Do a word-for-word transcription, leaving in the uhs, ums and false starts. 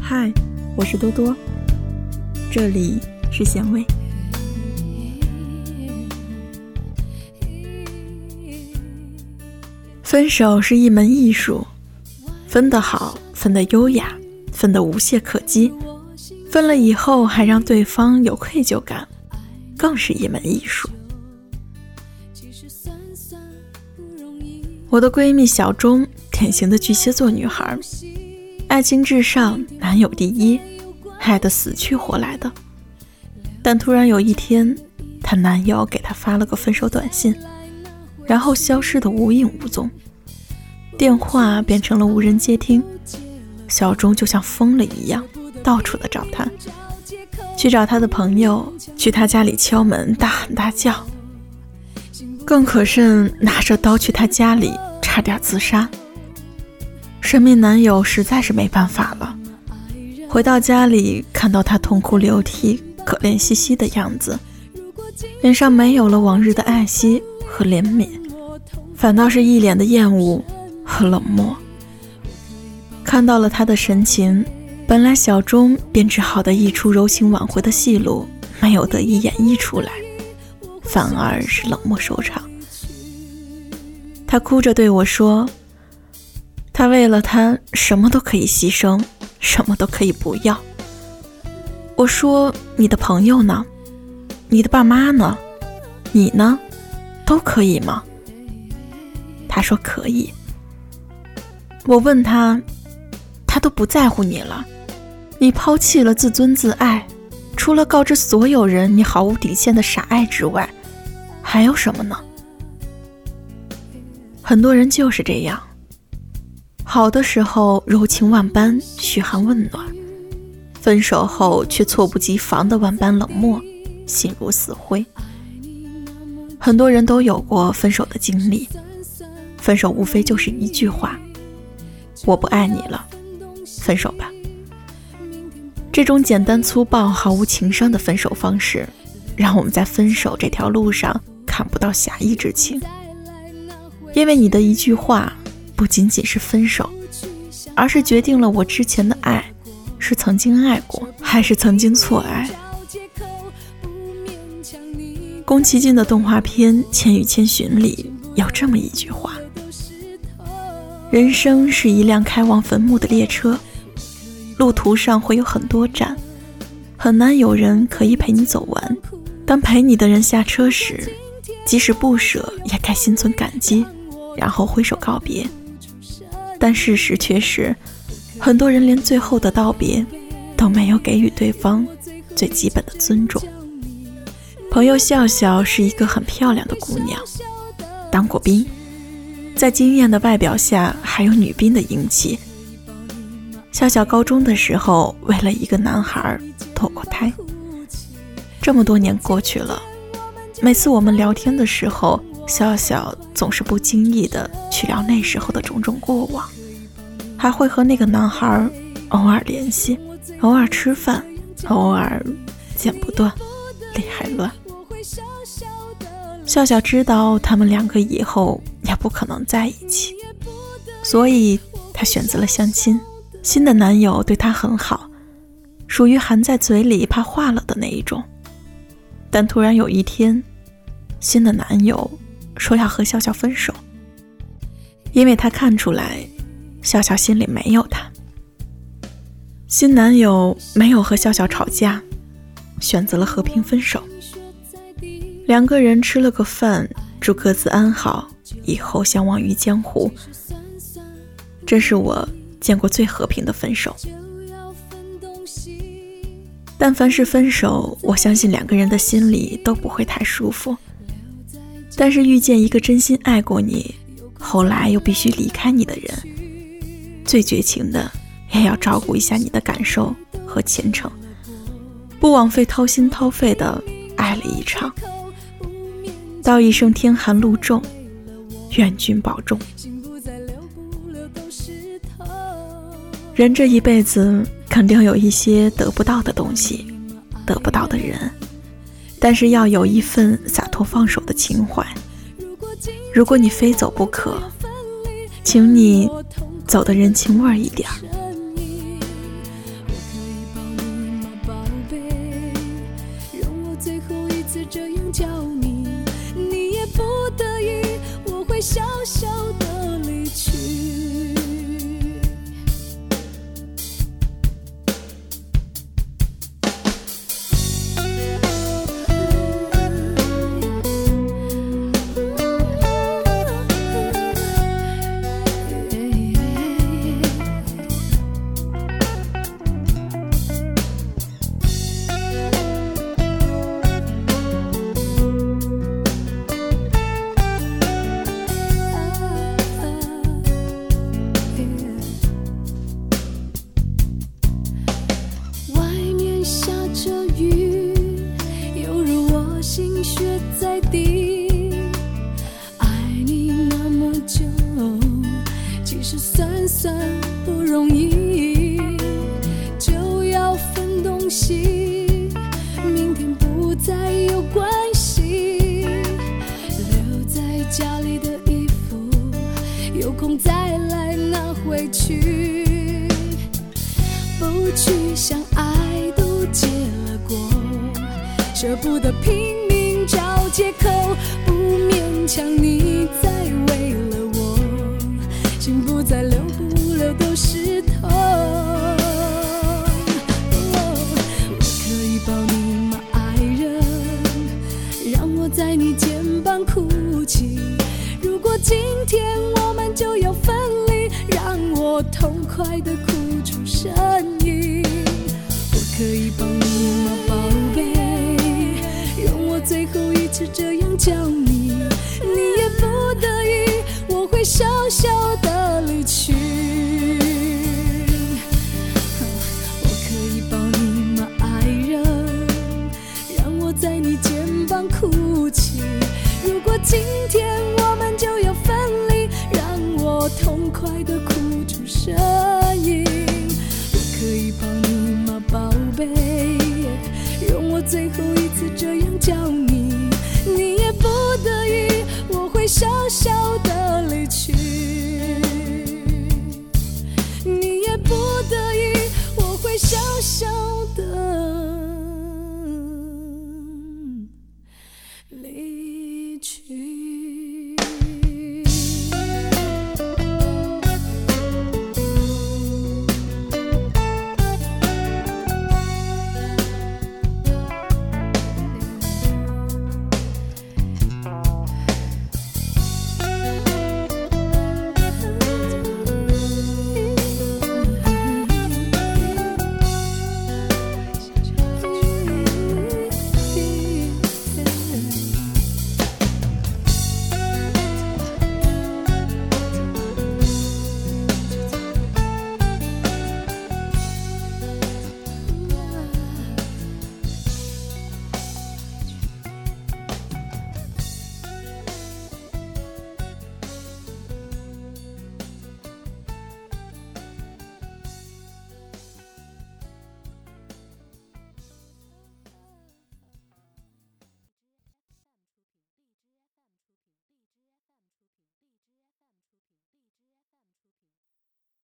嗨，我是多多，这里是咸味。分手是一门艺术，分得好，分得优雅，分得无懈可击，分了以后还让对方有愧疚感，更是一门艺术。我的闺蜜小钟，典型的巨蟹座女孩，爱情至上，男友第一，爱得死去活来的。但突然有一天，她男友给她发了个分手短信，然后消失得无影无踪，电话变成了无人接听。小钟就像疯了一样，到处的找他，去找他的朋友，去他家里敲门，大喊大叫，更可甚拿着刀去他家里，差点自杀。神秘男友实在是没办法了，回到家里看到他痛哭流涕，可怜兮兮的样子，脸上没有了往日的爱惜和怜悯，反倒是一脸的厌恶和冷漠。看到了他的神情，本来小钟编织好的一出柔情挽回的戏路没有得以演绎出来，反而是冷漠收场。他哭着对我说，他为了他什么都可以牺牲，什么都可以不要。我说，你的朋友呢？你的爸妈呢？你呢？都可以吗？他说可以。我问他，他都不在乎你了，你抛弃了自尊自爱，除了告知所有人你毫无底线的傻爱之外，还有什么呢？很多人就是这样，好的时候柔情万般，嘘寒问暖，分手后却猝不及防的万般冷漠，心如死灰。很多人都有过分手的经历，分手无非就是一句话，我不爱你了，分手吧。这种简单粗暴毫无情商的分手方式，让我们在分手这条路上看不到侠义之情。因为你的一句话不仅仅是分手，而是决定了我之前的爱是曾经爱过还是曾经错爱。宫崎骏的动画片《千与千寻》里有这么一句话，人生是一辆开往坟墓的列车，路途上会有很多站，很难有人可以陪你走完。当陪你的人下车时，即使不舍也该心存感激，然后挥手告别。但事实却是，很多人连最后的道别都没有给予对方最基本的尊重。朋友笑笑是一个很漂亮的姑娘，当过兵，在惊艳的外表下还有女兵的英气。笑笑高中的时候为了一个男孩堕过胎。这么多年过去了，每次我们聊天的时候，笑笑总是不经意地去聊那时候的种种过往，还会和那个男孩偶尔联系，偶尔吃饭，偶尔剪不断，理还乱。笑笑知道他们两个以后也不可能在一起，所以她选择了相亲。新的男友对她很好，属于含在嘴里怕化了的那一种。但突然有一天，新的男友说要和笑笑分手，因为他看出来笑笑心里没有他。新男友没有和笑笑吵架，选择了和平分手。两个人吃了个饭，祝各自安好，以后相忘于江湖。这是我见过最和平的分手。但凡是分手，我相信两个人的心里都不会太舒服。但是遇见一个真心爱过你，后来又必须离开你的人，最绝情的也要照顾一下你的感受和前程，不枉费掏心掏肺的爱了一场。道一声天寒路重，愿君保重。人这一辈子肯定有一些得不到的东西，得不到的人，但是要有一份洒脱放手的情怀。如果你非走不可，请你走得人情味一点。 容易，就要分东西，明天不再有关系，留在家里的衣服有空再来拿回去，不去想爱都结了果，舍不得拼命找借口，不勉强你再为了我，心不再留，不留都是痛。我可以抱你吗，爱人？让我在你肩膀哭泣。如果今天我们就要分离，让我痛快地哭出声音。我可以抱你吗，宝贝？容我最后一次这样叫你，你也不得已，我会小小